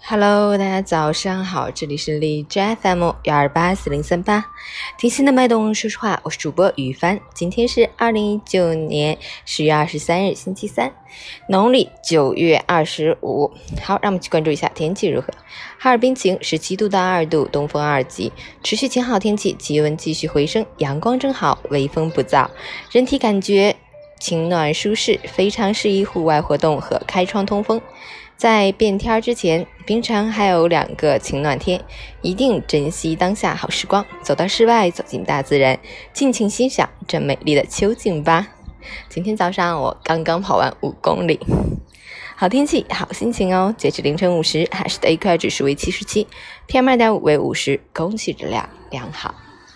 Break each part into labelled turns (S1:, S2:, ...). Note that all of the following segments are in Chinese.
S1: Hello， 大家早上好，这里是荔枝 FM1284038，听心的脉动，说实话，我是主播于帆。今天是2019年10月23日，星期三，农历9月25。好，让我们去关注一下天气如何。哈尔滨晴，17度到2度，东风2级，持续晴好天气，气温继续回升，阳光正好，微风不燥，人体感觉晴暖舒适，非常适宜户外活动和开窗通风。在变天之前，平常还有2个晴暖天，一定珍惜当下好时光，走到室外，走进大自然，尽情欣赏这美丽的秋景吧。今天早上我刚刚跑完5公里，好天气好心情哦。截至凌晨5时，海市的 AQI 指数为77， PM2.5 为50，空气质量良好。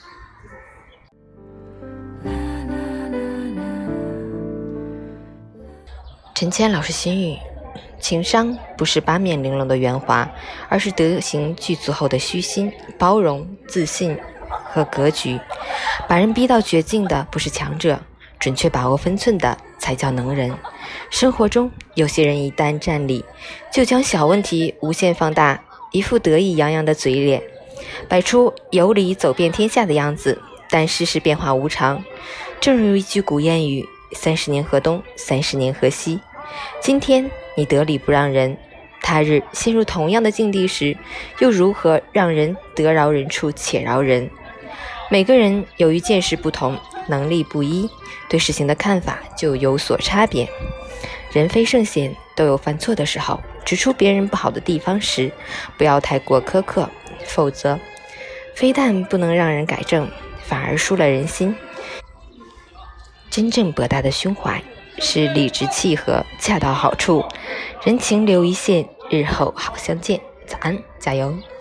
S1: 陈谦老师心语：情商不是八面玲珑的圆滑，而是德行具足后的虚心、包容、自信和格局。把人逼到绝境的不是强者，准确把握分寸的才叫能人。生活中有些人一旦站立，就将小问题无限放大，一副得意洋洋的嘴脸，摆出有理走遍天下的样子，但世事变化无常。正如一句古谚语：30年河东，30年河西。今天你得理不让人，他日陷入同样的境地时，又如何让人得饶人处且饶人？每个人由于见识不同，能力不一，对事情的看法就有所差别。人非圣贤，都有犯错的时候，指出别人不好的地方时，不要太过苛刻，否则非但不能让人改正，反而输了人心。真正博大的胸怀是理直气和，恰到好处，人情留一线，日后好相见。早安，加油！